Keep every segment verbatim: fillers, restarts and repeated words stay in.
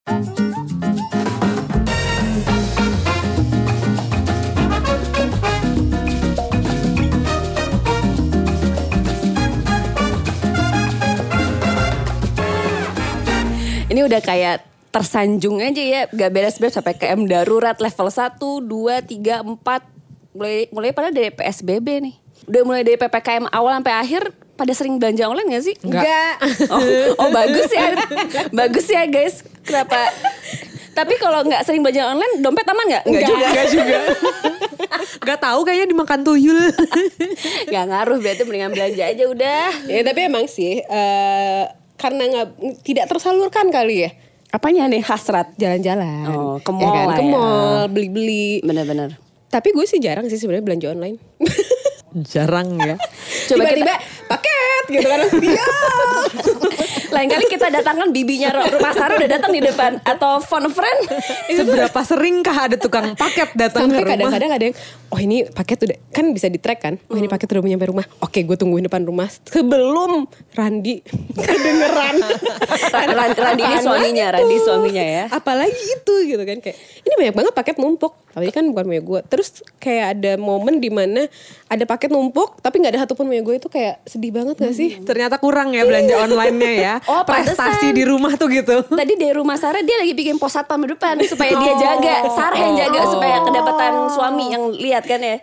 Ini udah kayak tersanjung aja ya, gak beres-beres sampai P P K M darurat level satu, dua, tiga, empat. Mulai mulai pada dari P S B B nih. Udah mulai dari P P K M awal sampai akhir pada sering belanja online gak sih? Enggak. Oh, oh bagus ya. Bagus ya guys. Kenapa? Tapi kalau gak sering belanja online, dompet aman gak? Enggak juga. Enggak juga. Gak tahu kayaknya dimakan tuyul. Gak ngaruh, berarti mendingan belanja aja udah. Ya tapi emang sih uh, karena nggak tidak tersalurkan kali ya. Apanya nih hasrat? Jalan-jalan. Oh, ke ya mall kan? lah Ke ya. mall, beli-beli. Bener-bener. Tapi gue sih jarang sih sebenarnya belanja online. Jarang ya. Coba Tiba-tiba kita paket gitu kan. Iya. lain kali kita datangkan bibinya Rumah Sarah udah datang di depan atau phone friend. Seberapa seringkah ada tukang paket datang Sampai ke rumah? kadang-kadang ada yang, oh ini paket udah, kan bisa di track kan. Oh ini paket udah nyampe rumah. Oke gue tungguin depan rumah sebelum Randi kedengeran. Randi, Randi ini suaminya, Randi suaminya ya. Apalagi itu gitu kan, kayak ini banyak banget paket numpuk. Tapi kan bukan punya gue. Terus kayak ada momen dimana ada paket numpuk tapi nggak ada satupun punya gue, itu kayak sedih banget gak sih? Ternyata kurang ya belanja online-nya ya. Oh, prestasi pantesan. di rumah tuh gitu. Tadi dari Rumah Sarah dia lagi bikin pos satpam di depan supaya dia jaga, Sarah yang jaga supaya kedapatan suami yang lihat kan ya.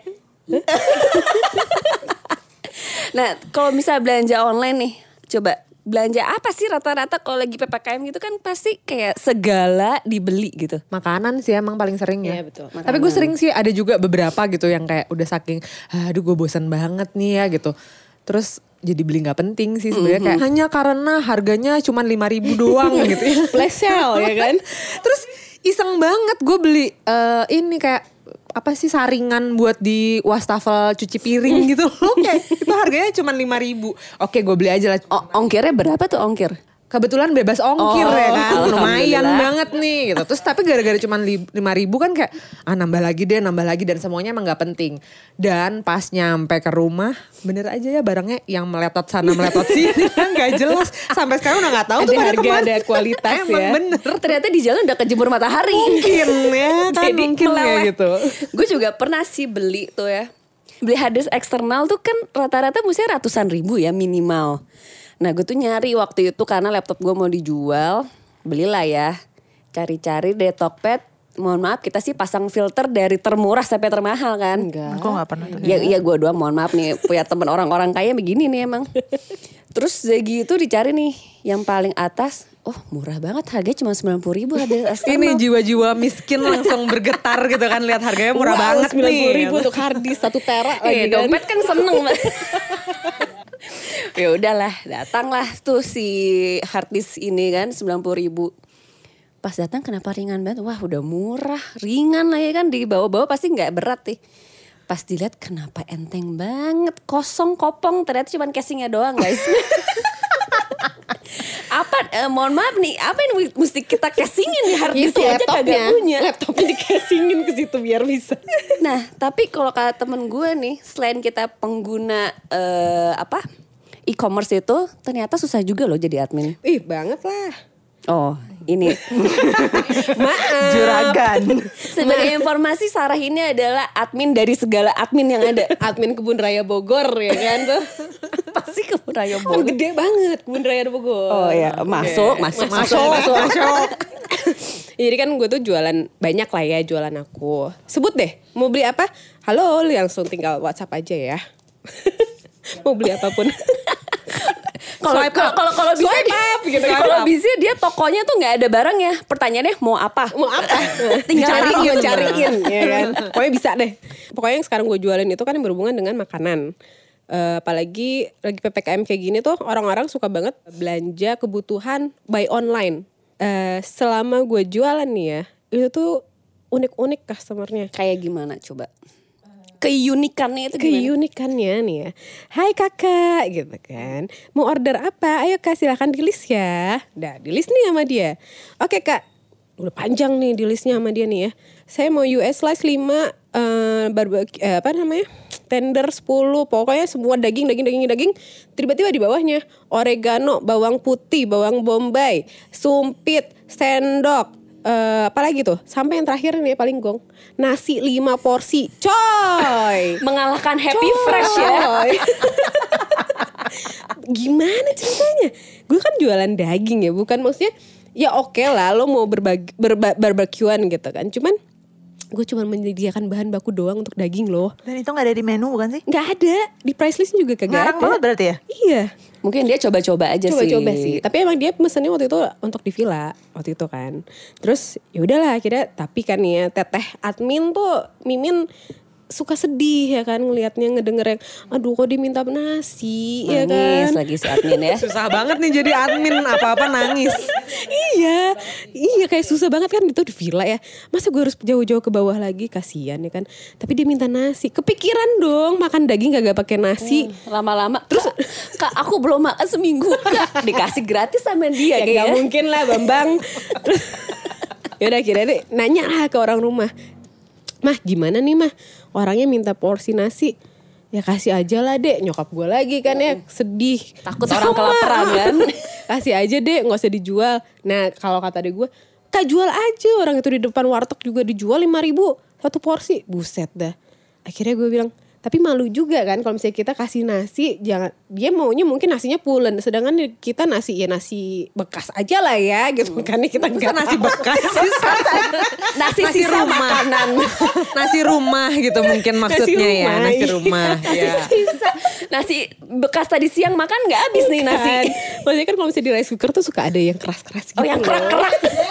Nah, kalau misalnya belanja online nih, coba belanja apa sih rata-rata kalau lagi P P K M gitu kan pasti kayak segala dibeli gitu. Makanan sih emang paling sering ya. Iya, betul. Tapi gue sering sih ada juga beberapa gitu yang kayak udah saking, aduh gue bosan banget nih ya gitu. Terus jadi beli nggak penting sih sebenarnya, kayak hanya karena harganya cuma lima ribu doang gitu ya. Flash sale ya kan. Terus iseng banget gue beli eh, ini kayak apa sih saringan buat di wastafel cuci piring gitu loh. Kayak itu harganya cuma lima ribu. Oke gue beli aja lah. O- ongkirnya berapa tuh ongkir? Kebetulan bebas ongkir Oh, ya kan. Lumayan alhamdulillah. banget nih gitu. Terus tapi gara-gara cuma lima ribu kan kayak ah nambah lagi deh nambah lagi. Dan semuanya emang gak penting. Dan pas nyampe ke rumah bener aja ya barangnya yang meletot sana meletot sini. Gak jelas. Sampai sekarang udah gak tahu Ada tuh pada harga, kemana. ada kualitas Emang ya. bener. Ternyata di jalan udah kejemur matahari. Mungkin ya kan. Jadi Mungkin meleleh. ya gitu. Gue juga pernah sih beli tuh ya. Beli harddisk eksternal tuh kan rata-rata mestinya ratusan ribu ya minimal. Nah gue tuh nyari waktu itu karena laptop gue mau dijual. Belilah ya. Cari-cari dari Tokped. Mohon maaf kita sih pasang filter dari termurah sampai termahal kan. Enggak. Aku gak pernah tuh. Ya iya gue doang mohon maaf nih. Punya temen orang-orang kaya begini nih emang. Terus Zegi itu dicari nih yang paling atas. Oh murah banget, harganya cuma sembilan puluh ribu harddisk eksternal. Ini jiwa-jiwa miskin langsung bergetar gitu kan. Lihat harganya murah Wow, banget sembilan puluh nih. ribu untuk harddisk satu tera lagi Iya, kan. dompet kan seneng. Ya udahlah, datanglah tuh si harddisk ini kan sembilan puluh ribu. Pas datang kenapa ringan banget? Wah udah murah, ringan lah ya kan, dibawa-bawa pasti nggak berat nih. Pas dilihat kenapa enteng banget, kosong kopong, ternyata cuma casingnya doang guys. Apa eh, mohon maaf nih, apa yang mesti kita casingin nih harddisk Itu aja kagak laptopnya, punya. laptopnya dikasingin ke situ biar bisa. Nah, tapi kalau kata temen gue nih, selain kita pengguna eh, apa e-commerce itu, ternyata susah juga loh jadi admin. Ih banget lah. Oh, ini Maaf. Juragan. sebagai informasi Sarah ini adalah admin dari segala admin yang ada. Admin Kebun Raya Bogor ya kan tuh. Pasti Kebun Raya Kan Bogor. gede banget Kebun Raya Bogor. Oh ya, masuk, masuk, masuk, Masuk, masuk. masuk. Jadi kan gue tuh jualan banyak lah ya jualan aku. Sebut deh, mau beli apa? Halo, langsung tinggal WhatsApp aja ya. Mau beli apapun. Kalau Swipe kalau up. kalau kalau bisa Swipe dia- up gitu kan. Kalau bisa dia tokonya tuh nggak ada barangnya. Pertanyaannya mau apa? Mau apa? Tinggal cariin, taruh. cariin ya kan. Pokoknya bisa deh. Pokoknya yang sekarang gue jualin itu kan yang berhubungan dengan makanan. Uh, apalagi lagi P P K M kayak gini tuh orang-orang suka banget belanja kebutuhan by online. Uh, selama gue jualan nih ya, itu tuh unik-unik customernya. Kayak gimana coba? Keunikannya itu gimana? Keunikannya nih ya, hai kakak gitu kan, mau order apa? Ayo kak silahkan di list ya. Udah di list nih sama dia. Oke kak, udah panjang nih di listnya sama dia nih ya. Saya mau U S slice lima, uh, barbecue, uh, apa namanya, tender sepuluh, pokoknya semua daging, daging, daging, daging. Tiba-tiba di bawahnya oregano, bawang putih, bawang bombay, sumpit, sendok, eh, apalagi tuh, sampai yang terakhir nih paling gong, nasi lima porsi, coy. Mengalahkan Happy Coy. Fresh ya. Gimana ceritanya? Gue kan jualan daging ya, bukan maksudnya ya oke lah lo mau berbagi, berba, barbekyuan gitu kan. Cuman gue cuma menyediakan bahan baku doang untuk daging loh. Dan itu gak ada di menu bukan sih? Nggak ada, di price list juga kagak Ngarang ada. banget berarti ya? Iya. Mungkin dia coba-coba aja sih. Coba-coba sih. Tapi emang dia pesennya waktu itu untuk di villa waktu itu kan. Terus ya udahlah akhirnya, tapi kan ya teteh admin tuh Mimin suka sedih ya kan ngelihatnya, ngedenger yang aduh kok diminta nasi ya Nangis kan. lagi si admin ya. Susah banget nih jadi admin, apa-apa nangis. Iya, iya kayak susah banget kan itu di villa ya. Masa gue harus jauh-jauh ke bawah lagi, kasihan ya kan. Tapi dia minta nasi, kepikiran dong makan daging kagak pakai nasi. Hmm, lama-lama terus kak aku belum makan seminggu kak, dikasih gratis sama dia Ya kayaknya. gak mungkin lah Bambang. Terus yaudah akhirnya deh nanya lah ke orang rumah, mah gimana nih mah orangnya minta porsi nasi. Ya kasih aja lah dek, nyokap gue lagi kan ya sedih. Takut orang kelaparan kan. Kasih aja dek, gak usah dijual. Nah kalau kata adek gue, kak jual aja, orang itu di depan warteg juga dijual lima ribu satu porsi. Buset dah. Akhirnya gue bilang, tapi malu juga kan kalau misalnya kita kasih nasi, jangan, dia maunya mungkin nasinya pulen, sedangkan kita nasi ya nasi bekas aja lah ya gitu kan, kita Kan nasi bekas. Nasi, Nasi sisa rumah. makanan. Nasi rumah gitu mungkin maksudnya ya. rumah, Nasi iya. rumah. Nasi Ya. sisa. Nasi bekas tadi siang makan nggak habis nih nasi. Kan. Maksudnya kan kalau misalnya di rice cooker tuh suka ada yang keras-keras gitu. Oh yang loh. kerak-kerak.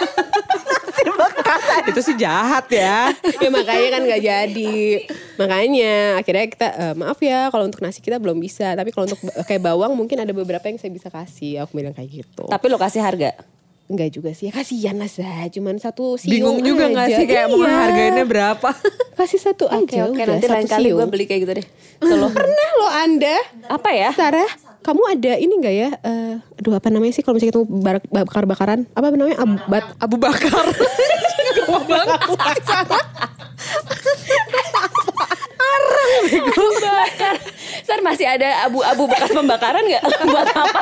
Itu sih jahat ya. Ya makanya kan gak jadi. Makanya akhirnya kita eh, maaf ya kalau untuk nasi kita belum bisa. Tapi kalau untuk ba- kayak bawang mungkin ada beberapa yang saya bisa kasih. Aku bilang kayak gitu. Tapi lo kasih harga. Enggak juga sih, ya kasihan lah Zah. Cuman satu siung Bingung juga gak aja. sih kayak mau Iya. harganya berapa? Kasih satu Oke aja oke udah, nanti satu lain kali siung. gue beli kayak gitu deh. Kalau Pernah lo Anda apa ya? Sarah, kamu ada ini gak ya? eh, aduh apa namanya sih kalau misalnya kita bar- bakar-bakaran? Apa namanya? Abat. Abu Bakar. Abu bakar. Sar masih ada abu-abu bekas pembakaran nggak? Buat apa?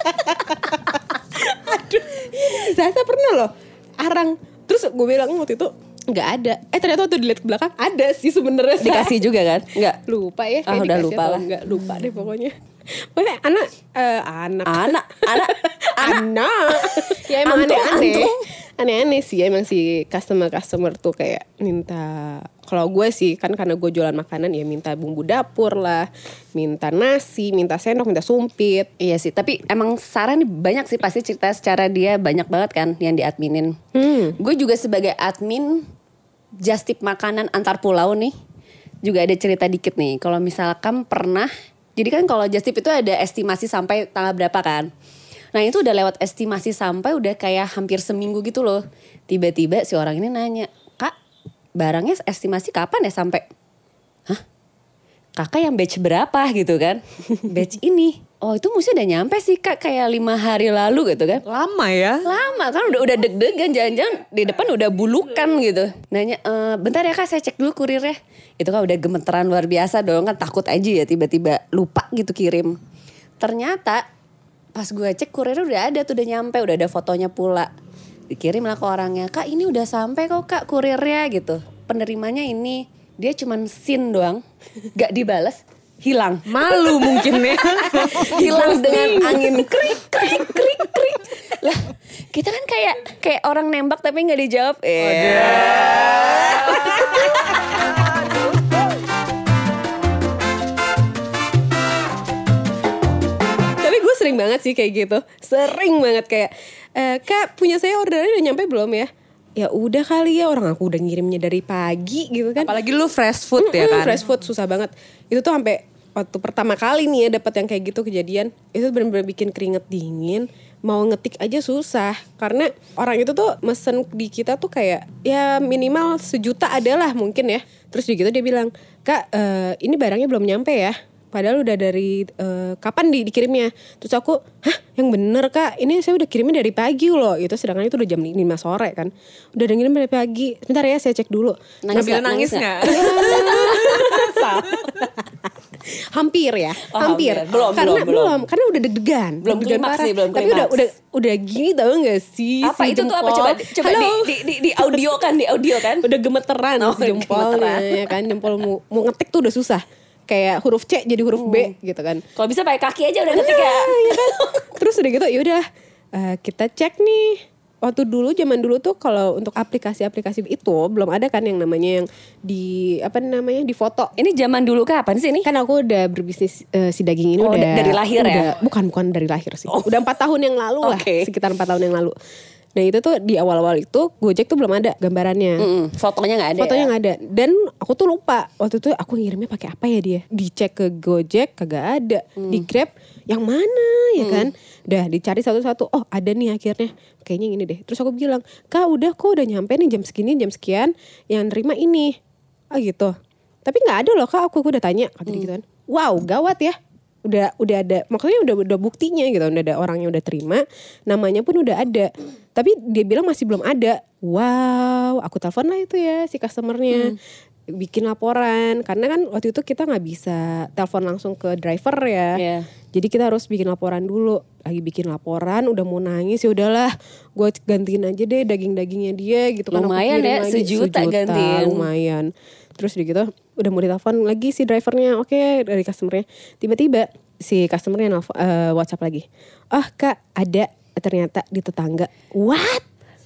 Zaza pernah loh arang. Terus gue bilang waktu itu nggak ada. Eh ternyata waktu dilihat ke belakang ada sih sebenarnya. Zah. Dikasih juga kan? Nggak. Lupa ya. Ah, kayak udah dikasih lupa atau lah. Enggak lupa deh pokoknya. Pokoknya anak eh, anak Anak, anak, anak. anak. Ya emang Antum, aneh-aneh. antum. Aneh-aneh sih emang si customer-customer tuh kayak minta. Kalau gue sih kan karena gue jualan makanan ya minta bumbu dapur lah, minta nasi, minta sendok, minta sumpit. Iya sih, tapi emang Sarah nih banyak sih pasti cerita secara dia banyak banget kan yang diadminin. Hmm. Gue juga sebagai admin just tip makanan antar pulau nih juga ada cerita dikit nih. Kalau misalkan pernah, jadi kan kalau just tip itu ada estimasi sampai tanggal berapa kan. Nah itu udah lewat estimasi sampai udah kayak hampir seminggu gitu loh. Tiba-tiba si orang ini nanya, Kak barangnya estimasi kapan ya sampai? Hah? Kakak yang batch berapa gitu kan? Batch ini. Oh itu mesti udah nyampe sih kak kayak lima hari lalu gitu kan. Lama ya. Lama kan udah udah deg-degan jangan-jangan di depan udah bulukan gitu. Nanya e, bentar ya kak saya cek dulu kurirnya. Itu kan udah gemeteran luar biasa dong kan takut aja ya tiba-tiba lupa gitu kirim. Ternyata pas gue cek kurirnya udah ada tuh udah nyampe udah ada fotonya pula. Dikirim lah ke orangnya kak ini udah sampai kok kak kurirnya gitu. Penerimanya ini dia cuman sin doang gak dibales. Hilang. Malu mungkin ya. Hilang dengan angin krik krik krik krik. Lah, kita kan kayak kayak orang nembak tapi nggak dijawab. Eh. Tapi gue sering banget sih kayak gitu. Sering banget kayak e, Kak punya saya orderannya udah nyampe belum ya? Ya udah kali ya orang aku udah ngirimnya dari pagi gitu kan. Apalagi lu fresh food ya Mm-mm, kan. fresh food susah banget. Itu tuh sampai waktu pertama kali nih ya dapat yang kayak gitu kejadian. Itu benar-benar bikin keringet dingin. Mau ngetik aja susah. Karena orang itu tuh mesen di kita tuh kayak ya minimal sejuta adalah mungkin ya. Terus gitu dia bilang, Kak uh, ini barangnya belum nyampe ya. Padahal udah dari uh, kapan di, dikirimnya. Terus aku, hah yang bener kak, ini saya udah kirimnya dari pagi loh. Itu sedangkan itu udah jam lima sore kan. Udah ngirim dari pagi. Sebentar ya saya cek dulu. Nangis Nabila gak? nangis Nangis nggak? Hampir ya, Oh, hampir. hampir. Belum, karena belum, belum. karena udah deg-degan. Belum deg-degan klimaks parah. sih, belum Tapi udah klimaks. udah udah gini tau gak sih? Apa si itu tuh apa jempol. coba coba Halo. di, di, di, di, di audio kan di audio kan. Udah gemeteran Oh, si jempolnya gemeteran. ya kan. Jempol mau, mau ngetik tuh udah susah. Kayak huruf C jadi huruf B gitu kan. Kalau bisa pakai kaki aja udah ngetik ya. Iya kan? Terus udah gitu ya udah uh, kita cek nih. Waktu dulu zaman dulu tuh kalau untuk aplikasi-aplikasi itu belum ada kan yang namanya yang di apa namanya di foto. Ini zaman dulu kapan sih ini? Kan aku udah berbisnis uh, si daging ini Oh, udah dari lahir udah, ya? Bukan bukan dari lahir sih. Oh. Udah empat tahun yang lalu lah, Oke. sekitar empat tahun yang lalu. Nah itu tuh di awal-awal itu Gojek tuh belum ada gambarannya. Mm-mm, fotonya nggak ada. Fotonya ya? nggak ada. Dan aku tuh lupa waktu itu aku ngirimnya pakai apa ya dia. Dicek ke Gojek kagak ada. Hmm. Di Grab yang mana ya kan. Udah dicari satu-satu. Oh ada nih akhirnya. Kayaknya ini deh. Terus aku bilang, kak udah kok udah nyampe nih jam segini jam sekian. Yang nerima ini. Ah gitu. Tapi nggak ada loh kak. Aku, aku udah tanya. Kata dia gitu kan. Wow gawat ya. Udah udah ada, maksudnya udah udah buktinya gitu, udah ada orang yang udah terima, namanya pun udah ada. Tapi dia bilang masih belum ada. Wow, aku telepon lah itu ya si customernya. Hmm. Bikin laporan karena kan waktu itu kita nggak bisa telepon langsung ke driver ya. Iya. Jadi kita harus bikin laporan dulu. Lagi bikin laporan, udah mau nangis ya udahlah, gue gantiin aja deh daging-dagingnya dia gitu kan. Aku Lumayan kirim ya, lagi. sejuta gantiin. Lumayan. Terus udah gitu, udah mau ditelepon lagi si drivernya, oke dari customernya. Tiba-tiba si customernya nelfon, uh, WhatsApp lagi. Oh kak, ada ternyata di tetangga. What?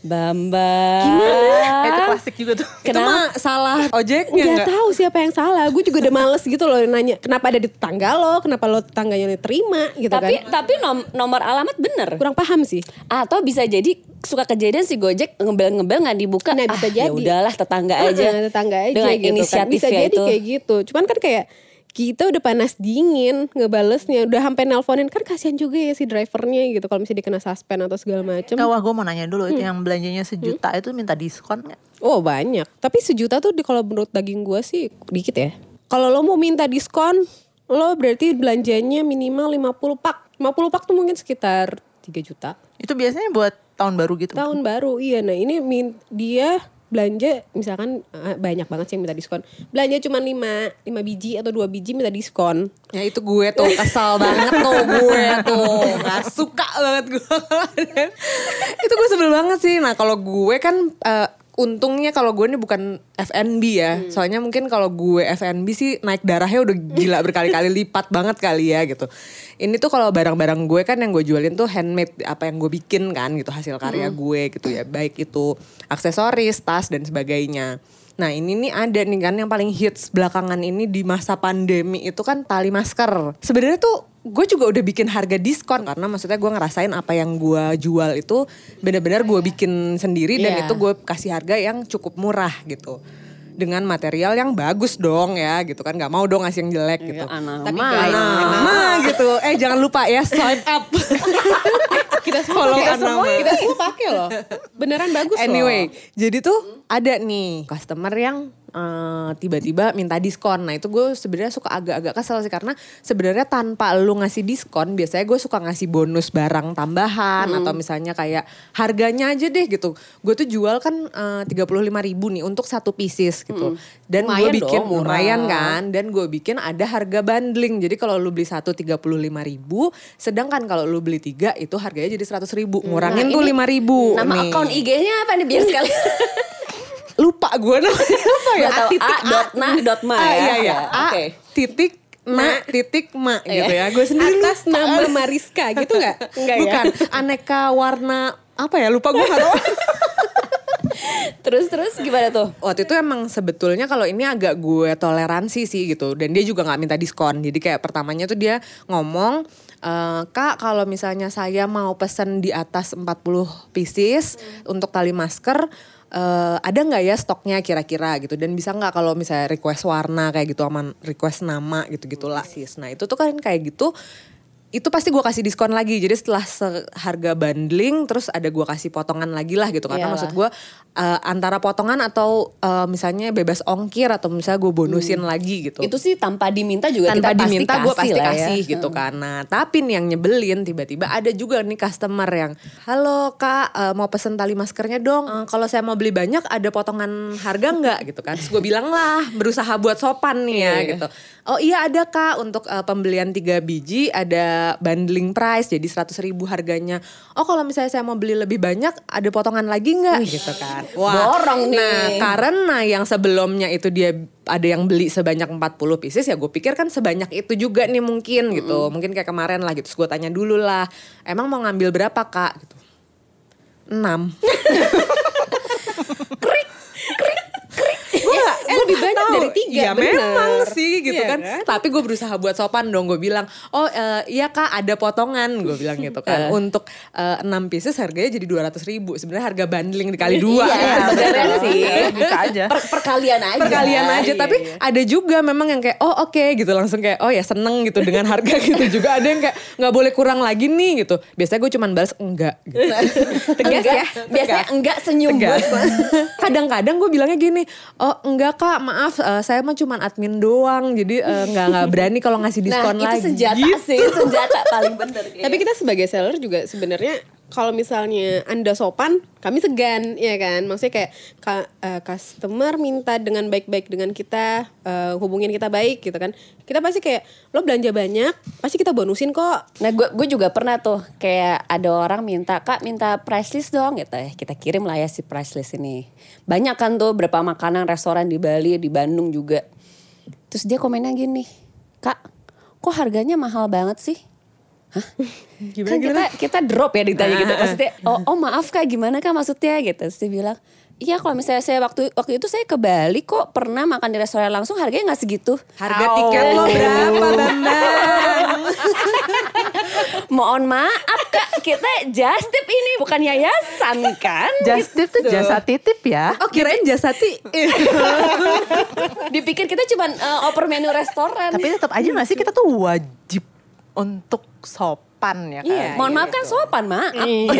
Bambang. Gimana? Itu klasik juga tuh. Itu Kenapa? mah salah ojeknya Nggak nggak? tahu siapa yang salah. Gue juga udah males gitu loh nanya. Kenapa ada di tetangga lo? Kenapa lo tetangganya terima gitu Tapi kan? tapi nom- nomor alamat bener. Kurang paham sih. Atau bisa jadi suka kejadian si Gojek ngebel-ngebel nggak dibuka. Nah, bisa ah, jadi. Ya udahlah tetangga aja. Heeh, tetangga aja Dengan gitu kan. inisiatifnya Bisa jadi itu. kayak gitu. Cuman kan kayak kita udah panas dingin ngebalesnya, udah sampai nelponin kan kasihan juga ya si drivernya gitu kalau misalnya dikena suspend atau segala macem. Kak, wah gue mau nanya dulu, itu yang belanjanya sejuta itu minta diskon nggak? Oh banyak. Tapi sejuta tuh di, kalau menurut daging gua sih dikit ya. Kalau lo mau minta diskon, lo berarti belanjanya minimal lima puluh pak. lima puluh pak tuh mungkin sekitar tiga juta. Itu biasanya buat tahun baru gitu. Tahun baru, iya. Nah ini min, dia belanja misalkan eh, banyak banget sih yang minta diskon. Belanja cuma lima, lima biji atau dua biji minta diskon. Ya itu gue tuh kesal banget tuh gue tuh gak suka banget gue. Itu gue sebel banget sih. Nah kalau gue kan uh, untungnya kalau gue ini bukan F and B ya. Hmm. Soalnya mungkin kalau gue F and B sih naik darahnya udah gila berkali-kali lipat banget kali ya gitu. Ini tuh kalau barang-barang gue kan yang gue jualin tuh handmade, apa yang gue bikin kan gitu, hasil karya hmm. gue gitu ya. Baik itu aksesoris, tas dan sebagainya. Nah ini nih ada nih kan yang paling hits belakangan ini di masa pandemi itu kan tali masker. Sebenarnya tuh gue juga udah bikin harga diskon karena maksudnya gue ngerasain apa yang gue jual itu benar-benar gue bikin sendiri dan Yeah. itu gue kasih harga yang cukup murah gitu. Dengan material yang bagus dong ya gitu kan, nggak mau dong ngasih yang jelek gitu. anak Tapi mah. guys, nah, gitu. Eh jangan lupa ya swipe up. Kita semua, Follow kita Anna semua, Ma. kita semua pakai loh. Beneran bagus loh. Anyway, jadi tuh ada nih customer yang uh, tiba-tiba minta diskon. Nah itu gue sebenarnya suka agak-agak kesel sih karena sebenarnya tanpa lu ngasih diskon, biasanya gue suka ngasih bonus barang tambahan hmm. atau misalnya kayak harganya aja deh gitu. Gue tuh jual kan uh, tiga puluh lima ribu nih untuk satu pieces gitu. Hmm. Dan gue bikin dong, murah. lumayan kan. Dan gue bikin ada harga bundling. Jadi kalau lu beli satu tiga puluh lima ribu, sedangkan kalau lu beli tiga itu harganya jadi seratus ribu. Ngurangin Nah, tuh ini lima ribu. Nama nih. akun I G-nya apa nih biar sekali. Lupa gue namanya apa ya? Gua tahu A dot na dot ma Ah, ya. iya iya. Ya, A Oke. titik na titik ma gitu ya. Gue sendiri Atas lupa. nama Mariska gitu gak? Enggak ya? Bukan, aneka warna apa ya? Lupa gue nggak tahu. Terus terus gimana tuh? Waktu itu emang sebetulnya kalau ini agak gue toleransi sih gitu. Dan dia juga gak minta diskon. Jadi kayak pertamanya tuh dia ngomong, e, Kak kalau misalnya saya mau pesen di atas empat puluh pieces hmm. untuk tali masker, Uh, ada nggak ya stoknya kira-kira gitu, dan bisa nggak kalau misalnya request warna kayak gitu sama request nama gitu gitulah sis. Nah itu tuh kan kayak gitu, itu pasti gue kasih diskon lagi. Jadi setelah harga bundling terus ada gue kasih potongan lagi lah gitu karena Iyalah. maksud gue uh, antara potongan atau uh, misalnya bebas ongkir atau misalnya gue bonusin hmm. lagi gitu. Itu sih tanpa diminta juga tanpa kita diminta pasti gue pasti kasih, kasih ya. gitu hmm. kan. Nah tapi nih yang nyebelin tiba-tiba ada juga nih customer yang, halo kak uh, mau pesen tali maskernya dong. Uh, kalau saya mau beli banyak ada potongan harga nggak gitu kan? Terus gue bilang lah berusaha buat sopan nih ya gitu. Oh iya ada kak untuk uh, pembelian tiga biji ada bundling price jadi seratus ribu harganya. Oh kalau misalnya saya mau beli lebih banyak ada potongan lagi nggak gitu kan? Wah, borong nih. Nah karena yang sebelumnya itu dia ada yang beli sebanyak empat puluh pieces ya gue pikir kan sebanyak itu juga nih mungkin gitu. Mm-hmm. Mungkin kayak kemarin lah gitu. Terus gue tanya dulu lah, emang mau ngambil berapa kak? Gitu. enam. Krik, krik, krik. Gue gak, eh lebih banyak tahu. dari tiga. Ya bener. memang sih gitu iya, kan. kan. Tapi gue berusaha buat sopan dong. Gue bilang, oh uh, iya kak ada potongan. Gue bilang gitu kan. Untuk uh, enam pieces harganya jadi dua ratus ribu. Sebenarnya harga bundling dikali dua. Iya sebenarnya sih. Buka aja. Per, perkalian aja. Perkalian aja. Iya, Tapi iya. ada juga memang yang kayak, oh oke okay, gitu. Langsung kayak, oh ya seneng gitu dengan harga gitu. Juga ada yang kayak, gak boleh kurang lagi nih gitu. Biasanya gue cuman balas enggak gitu. Tegas ya. Biasanya enggak senyum. Kadang-kadang gue bilangnya gini, oh enggak kak maaf uh, saya mah cuman admin doang jadi uh, nggak nggak berani kalau ngasih diskon nah, lagi. Nah itu senjata gitu. sih, senjata paling bener. Tapi kita sebagai seller juga sebenarnya kalau misalnya Anda sopan, kami segan, ya kan? Maksudnya kayak ka, uh, customer minta dengan baik-baik dengan kita, uh, hubungin kita baik gitu kan. Kita pasti kayak, lo belanja banyak, pasti kita bonusin kok. Nah gue gue juga pernah tuh kayak ada orang minta, kak minta price list dong gitu ya. Kita kirim lah ya si price list ini. Banyak kan tuh berapa makanan restoran di Bali, di Bandung juga. Terus dia komennya gini, kak kok harganya mahal banget sih? Hah? Gimana, Kan gimana? kita kita drop ya ditanya Ah, gitu. ah, Maksudnya, oh, oh maaf kak gimana kak maksudnya gitu. Terus dia bilang, iya kalau misalnya saya waktu waktu itu saya ke Bali kok pernah makan di restoran langsung harganya nggak segitu. Harga tiket lo berapa Bambang? Mohon maaf kak, kita just tip ini bukan yayasan kan? Just tip tuh jasa titip ya. Oh kirain jasati. Dipikir kita cuma uh, oper menu restoran. Tapi tetap aja masih kita tuh wajib untuk sopan ya kan. Iya. Mohon maaf kan sopan maaf.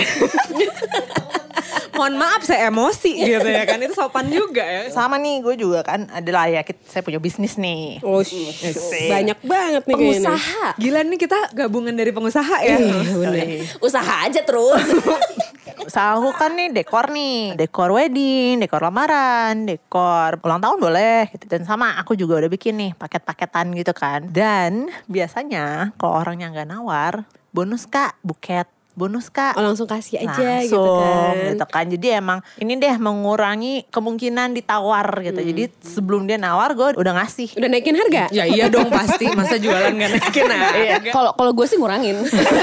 Mohon maaf saya emosi gitu ya kan. Itu sopan juga ya. Sama nih gue juga kan adalah ya kita, saya punya bisnis nih. Oh, banyak banget nih kayaknya. Pengusaha. Gila nih kita gabungan dari pengusaha ya. Usaha aja terus. Usaha aku kan nih dekor nih. Dekor wedding, dekor lamaran, dekor ulang tahun boleh gitu. Dan sama aku juga udah bikin nih paket-paketan gitu kan. Dan biasanya kalau orangnya gak nawar, bonus kak buket. Bonus kak. Oh langsung kasih aja langsung, gitu kan. gitu kan. Jadi emang ini deh mengurangi kemungkinan ditawar gitu. Hmm. Jadi sebelum dia nawar gue udah ngasih. Udah naikin harga? Ya iya dong pasti. Masa jualan gak naikin harga. Kalau kalau gue sih ngurangin.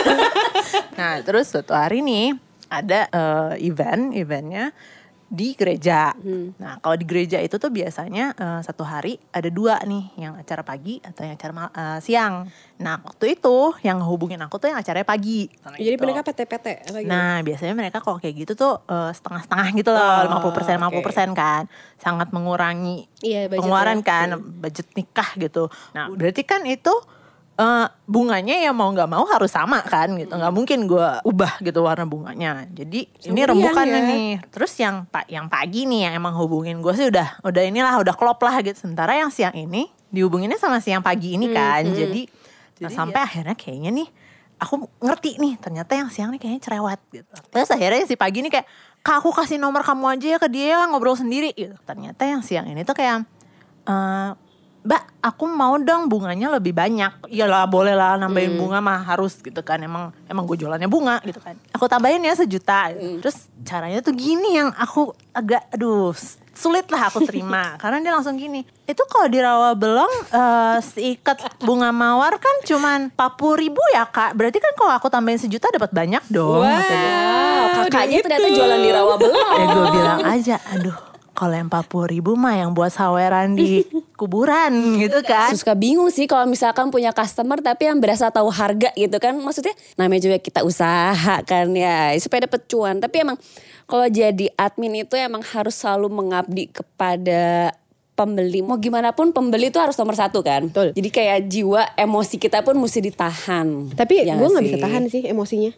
Nah terus suatu hari nih ada uh, event, eventnya di gereja. Hmm. Nah kalau di gereja itu tuh biasanya uh, satu hari ada dua nih, yang acara pagi atau yang acara mal- uh, siang. Nah waktu itu yang hubungin aku tuh yang acaranya pagi. Jadi gitu. mereka P T P T atau gimana? Nah biasanya mereka kalau kayak gitu tuh uh, setengah-setengah gitu loh, oh, lima puluh persen lima puluh persen kan. Sangat mengurangi Iya, budget pengeluaran ya. kan, budget nikah gitu. Nah berarti kan itu Uh, bunganya ya mau nggak mau harus sama kan gitu, nggak mungkin gue ubah gitu warna bunganya. Jadi ini Sendirian rembukannya ya. nih. Terus yang pak yang pagi nih yang emang hubungin gue sih udah udah inilah udah klop lah gitu. Sementara yang siang ini dihubunginnya sama si yang pagi ini kan. Hmm, Jadi, hmm. Nah, sampai akhirnya kayaknya nih aku ngerti nih ternyata yang siang nih kayaknya cerewet gitu. Terus akhirnya si pagi nih kayak, kak aku kasih nomor kamu aja ya ke dia ngobrol sendiri gitu. Ternyata yang siang ini tuh kayak uh, Mbak, aku mau dong bunganya lebih banyak. Iyalah, boleh lah nambahin hmm. bunga mah harus gitu kan. Emang emang gue jualannya bunga gitu kan. Aku tambahin ya sejuta. Hmm. Terus caranya tuh gini yang aku agak aduh sulit lah aku terima. Karena dia langsung gini. Itu kalau di Rawabelong uh, seikat bunga mawar kan cuman empat puluh ribu ya kak. Berarti kan kalau aku tambahin sejuta dapat banyak dong. Wow, wow kakaknya ternyata jualan di Rawabelong. Eh gue bilang aja, aduh. Kalau yang empat puluh ribu mah yang buat saweran di kuburan gitu kan. Suka bingung sih kalau misalkan punya customer tapi yang berasa tahu harga gitu kan. Maksudnya namanya juga kita usaha kan ya supaya dapet cuan. Tapi emang kalau jadi admin itu emang harus selalu mengabdi kepada pembeli. Mau gimana pun pembeli itu harus nomor satu kan. Betul. Jadi kayak jiwa emosi kita pun mesti ditahan. Tapi ya gue gak sih? bisa tahan sih emosinya.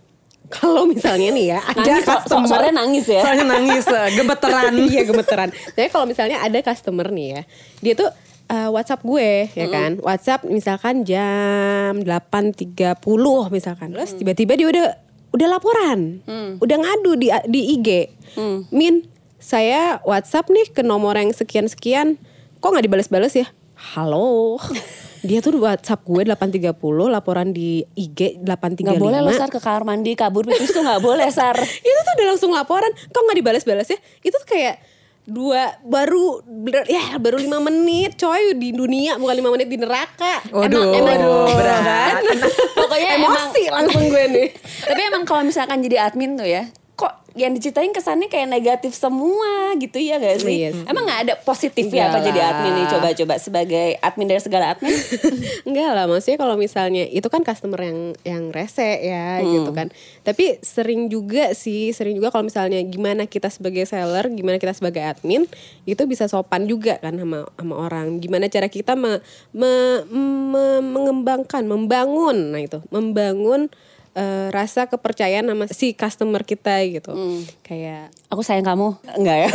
kalau misalnya nih ya ada Nangis, so- customer soalnya nangis ya. Soalnya nangis, eh, gemeteran. iya gemeteran. Tapi kalau misalnya ada customer nih ya, dia tuh uh, WhatsApp gue ya kan, WhatsApp misalkan jam delapan tiga puluh misalkan, terus tiba-tiba dia udah udah laporan, udah ngadu di di I G, Min, saya WhatsApp nih ke nomor yang sekian-sekian, kok nggak dibales-bales ya? Halo. Dia tuh WhatsApp gue delapan tiga puluh, laporan di I G delapan tiga lima. Gak boleh lo Sar ke kamar mandi kabur pipis tuh gak boleh Sar. Itu tuh udah langsung laporan, kok nggak dibales-bales ya? Itu tuh kayak dua baru ya baru lima menit coy di dunia, bukan lima menit di neraka. Waduh, emang, emang berat. Pokoknya Emosi emang, langsung gue nih. tapi emang kalau misalkan jadi admin tuh ya, kok yang diceritain kesannya kayak negatif semua gitu ya gak sih? Yes. Emang gak ada positifnya apa Enggak jadi lah. admin nih? Coba-coba sebagai admin dari segala admin. Enggak lah, maksudnya kalau misalnya itu kan customer yang yang rese ya gitu kan. Tapi sering juga sih, sering juga kalau misalnya gimana kita sebagai seller, gimana kita sebagai admin, itu bisa sopan juga kan sama sama orang. Gimana cara kita me, me, me- mengembangkan, membangun, nah itu, membangun eh, rasa kepercayaan sama si customer kita gitu. Kayak Aku sayang kamu. Enggak ya?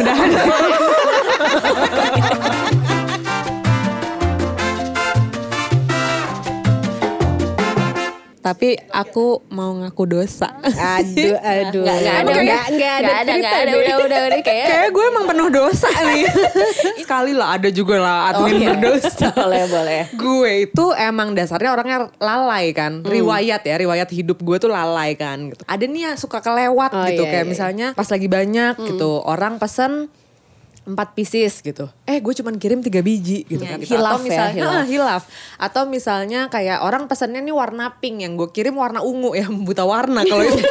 Tapi aku mau ngaku dosa. aduh aduh. Enggak, enggak ada, Enggak, udah. enggak ada Enggak ada, cerita enggak ada. deh. Udah, udah, udah. Kayak Kayak gue emang penuh dosa nih. Sekali lah ada juga lah admin Oke. berdosa. Boleh, boleh. Gue itu emang dasarnya orangnya lalai kan. Riwayat ya, riwayat hidup gue tuh lalai kan. Gitu. Ada nih yang suka kelewat Oh, gitu. iya, Kayak iya. misalnya pas lagi banyak gitu. Orang pesen empat pieces gitu. Eh gue cuman kirim tiga biji gitu kan. Gitu. Hilaf Atau ya, misalnya, hilaf. ah, hilaf. Atau misalnya kayak orang pesennya nih warna pink. Yang gue kirim warna ungu ya. Buta warna kalau itu.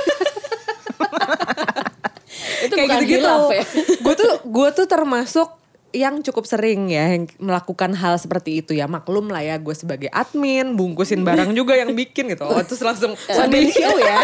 Itu Kayak bukan gitu-gitu. hilaf ya. Gue tuh gue tuh termasuk yang cukup sering ya yang melakukan hal seperti itu ya. Maklum lah ya gue sebagai admin bungkusin barang juga yang bikin gitu. Oh, terus langsung One man show ya.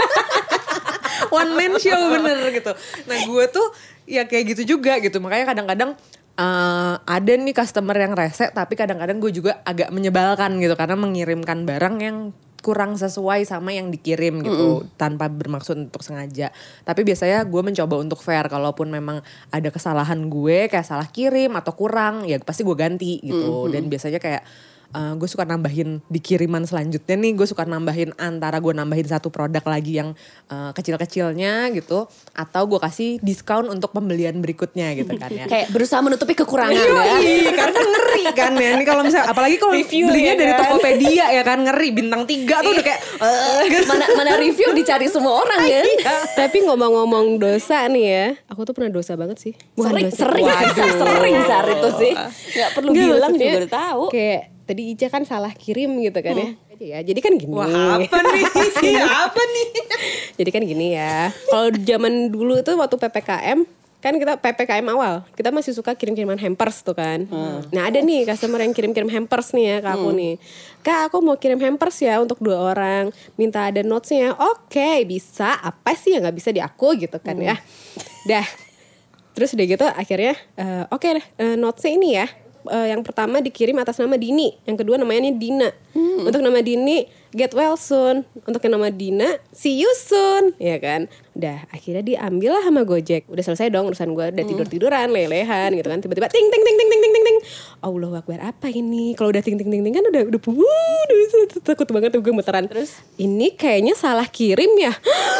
one man show bener gitu. Nah gue tuh ya kayak gitu juga gitu. Makanya kadang-kadang uh, ada nih customer yang rese, tapi kadang-kadang gue juga agak menyebalkan gitu karena mengirimkan barang yang kurang sesuai sama yang dikirim gitu, mm-hmm. tanpa bermaksud untuk sengaja. Tapi biasanya gue mencoba untuk fair, kalaupun memang ada kesalahan gue kayak salah kirim atau kurang, ya pasti gue ganti gitu. Mm-hmm. Dan biasanya kayak Uh, gue suka nambahin di kiriman selanjutnya nih, gue suka nambahin antara gue nambahin satu produk lagi yang uh, kecil-kecilnya gitu, atau gue kasih diskon untuk pembelian berikutnya gitu kan ya. Kayak berusaha menutupi kekurangan Iya, ya. karena ngeri kan ya. Ini kalau misalnya apalagi kalau Review belinya ya dari kan? Tokopedia ya kan, ngeri bintang tiga tuh udah kayak Eh, mana mana review dicari semua orang ya. Tapi ngomong-ngomong dosa nih ya, aku tuh pernah dosa banget sih. Sering, dosa. sering, Waduh. sering Sar itu sih. Gak perlu Nggak, bilang maksudnya juga udah tahu. Kayak tadi Ica kan salah kirim gitu kan ya. Jadi ya, jadi kan gini. wah apa nih? apa nih? Jadi kan gini ya. Kalau zaman dulu tuh waktu P P K M, kan kita P P K M awal, kita masih suka kirim-kiriman hampers tuh kan. Nah ada nih customer yang kirim-kirim hampers nih ya ke aku nih. Kak aku mau kirim hampers ya untuk dua orang. Minta ada notesnya. Oke bisa, apa sih yang gak bisa di aku gitu kan ya. Dah. Terus udah gitu akhirnya eh, oke deh eh, notesnya ini ya. Uh, yang pertama dikirim atas nama Dini, yang kedua namanya Dina. Hmm. Untuk nama Dini, get well soon. Untuk yang nama Dina, see you soon, ya kan. Udah, akhirnya diambil lah sama Gojek. Udah selesai dong urusan gue, udah tidur tiduran, lelehan gitu kan. Tiba-tiba ting ting ting ting ting ting ting ting. Allahu Akbar, apa ini? Kalau udah ting ting ting ting kan udah udah, uh, udah takut banget tuh gue gemeteran. Terus ini kayaknya salah kirim ya.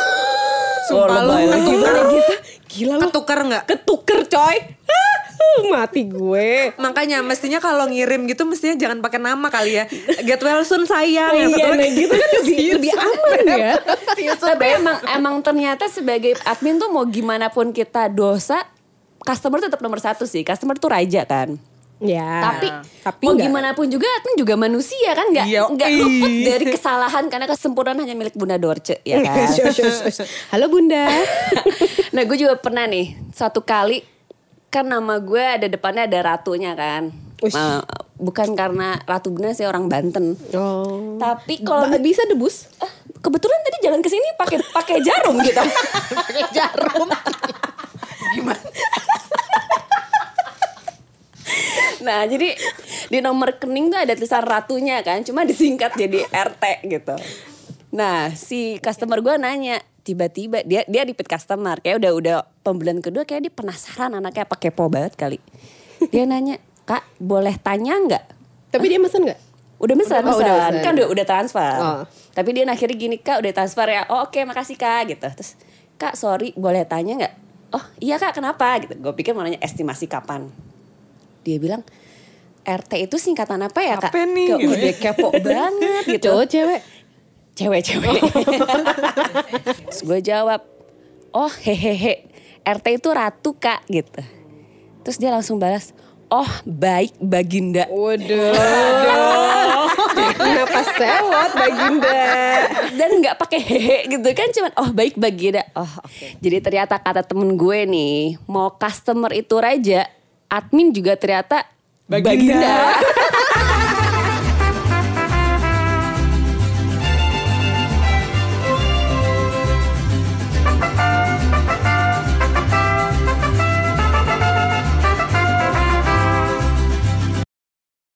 Sumpah Oh, lu lebay. Gimana gitu? Gila lu. Ketukar nggak? Ketuker coy. Mati gue. Makanya mestinya kalau ngirim gitu mestinya jangan pakai nama kali ya. Get well soon sayang. Yang satu Iya, lagi nah gitu kan lebih, lebih aman ya. Tapi emang emang ternyata sebagai admin tuh mau gimana pun kita dosa, customer tetap nomor satu sih. Customer tuh raja kan. Ya. Tapi, tapi mau enggak. gimana pun juga admin juga manusia kan, nggak Iya, nggak iya. luput dari kesalahan karena kesempurnaan hanya milik Bunda Dorce ya kan. Halo Bunda. Nah gue juga pernah nih suatu kali kan nama gue ada depannya ada ratunya kan. Ush. Nah, bukan karena Ratu Bunda sih orang Banten. Oh. Tapi kalau Ba- bisa debus? Ah, kebetulan tadi jalan ke sini pakai pakai jarum gitu. pakai jarum. Nah jadi di nomor rekening tuh ada tulisan ratunya kan, cuma disingkat jadi R T gitu. Nah si customer gue nanya, tiba-tiba dia dia repeat customer, kayak udah udah pembelian kedua, kayak dia penasaran anaknya apa kepo banget kali. Dia nanya, "Kak, boleh tanya nggak?" Tapi dia mesen nggak? Udah mesen, Oh, udah mesen. mesen. Kan udah udah transfer. Oh. Tapi dia akhirnya gini, "Kak, udah transfer ya." "Oh, oke, makasih Kak," gitu. Terus, "Kak, sorry, boleh tanya nggak?" "Oh, iya Kak, kenapa?" gitu. Gue pikir mau nanya estimasi kapan. Dia bilang, "R T itu singkatan apa ya, Kak?" Apa nih? Kayak Gitu. udah kepo banget gitu. Cowok cewek. Cewek-cewek. Terus gue jawab, "Oh, hehehe, R T itu ratu Kak," gitu. Terus dia langsung balas, "Oh, baik Baginda." Waduh. Kenapa sewot Baginda? Dan nggak pakai hehe gitu kan, cuman oh baik Baginda. Oh, oke. Jadi ternyata kata temen gue nih, mau customer itu raja, admin juga ternyata Baginda. Baginda.